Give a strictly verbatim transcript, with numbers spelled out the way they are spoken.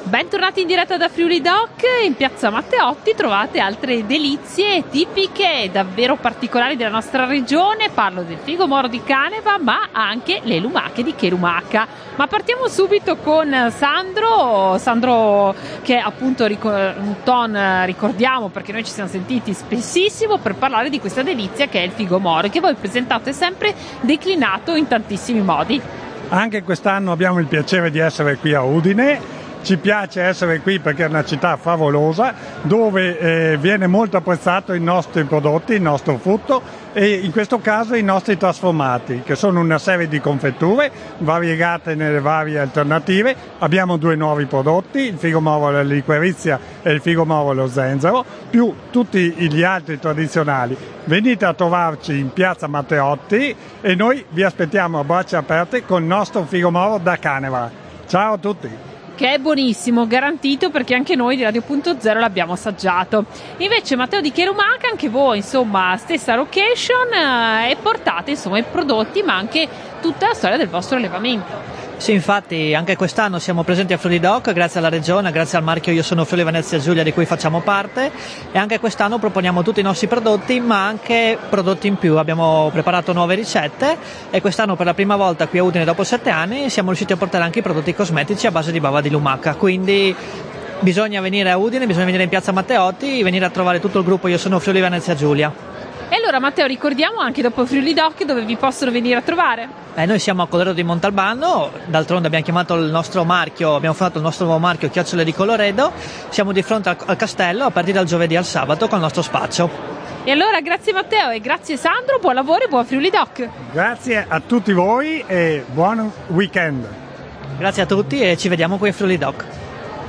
Bentornati in diretta da Friuli Doc. In piazza Matteotti trovate altre delizie tipiche davvero particolari della nostra regione. Parlo del figo moro di Caneva, ma anche le lumache di Cherumaca. Ma partiamo subito con Sandro, Sandro che appunto un ton ricordiamo perché noi ci siamo sentiti spessissimo per parlare di questa delizia che è il figo moro, che voi presentate sempre declinato in tantissimi modi. Anche quest'anno abbiamo il piacere di essere qui a Udine. Ci piace essere qui perché è una città favolosa dove eh, viene molto apprezzato i nostri prodotti, il nostro frutto e in questo caso i nostri trasformati, che sono una serie di confetture variegate nelle varie alternative. Abbiamo due nuovi prodotti, il figo moro alla liquirizia e il figo moro allo zenzero, più tutti gli altri tradizionali. Venite a trovarci in piazza Matteotti e noi vi aspettiamo a braccia aperte con il nostro figo moro da Caneva. Ciao a tutti! Che è buonissimo, garantito, perché anche noi di Radio Punto Zero l'abbiamo assaggiato. Invece Matteo di Cherumaca, anche voi insomma stessa location eh, e portate insomma i prodotti ma anche tutta la storia del vostro allevamento. Sì, infatti anche quest'anno siamo presenti a Friuli Doc grazie alla regione, grazie al marchio Io sono Friuli Venezia Giulia di cui facciamo parte, e anche quest'anno proponiamo tutti i nostri prodotti ma anche prodotti in più. Abbiamo preparato nuove ricette e quest'anno per la prima volta qui a Udine dopo sette anni siamo riusciti a portare anche i prodotti cosmetici a base di bava di lumaca, quindi bisogna venire a Udine, bisogna venire in piazza Matteotti, venire a trovare tutto il gruppo Io sono Friuli Venezia Giulia. E allora Matteo, ricordiamo anche dopo Friuli Doc dove vi possono venire a trovare? Eh, noi siamo a Colleredo di Montalbano, d'altronde abbiamo chiamato il nostro marchio, abbiamo fondato il nostro nuovo marchio Chiocciole di Colloredo, siamo di fronte al, al castello a partire dal giovedì al sabato con il nostro spaccio. E allora grazie Matteo e grazie Sandro, buon lavoro e buon Friuli Doc. Grazie a tutti voi e buon weekend. Grazie a tutti e ci vediamo qui a Friuli Doc.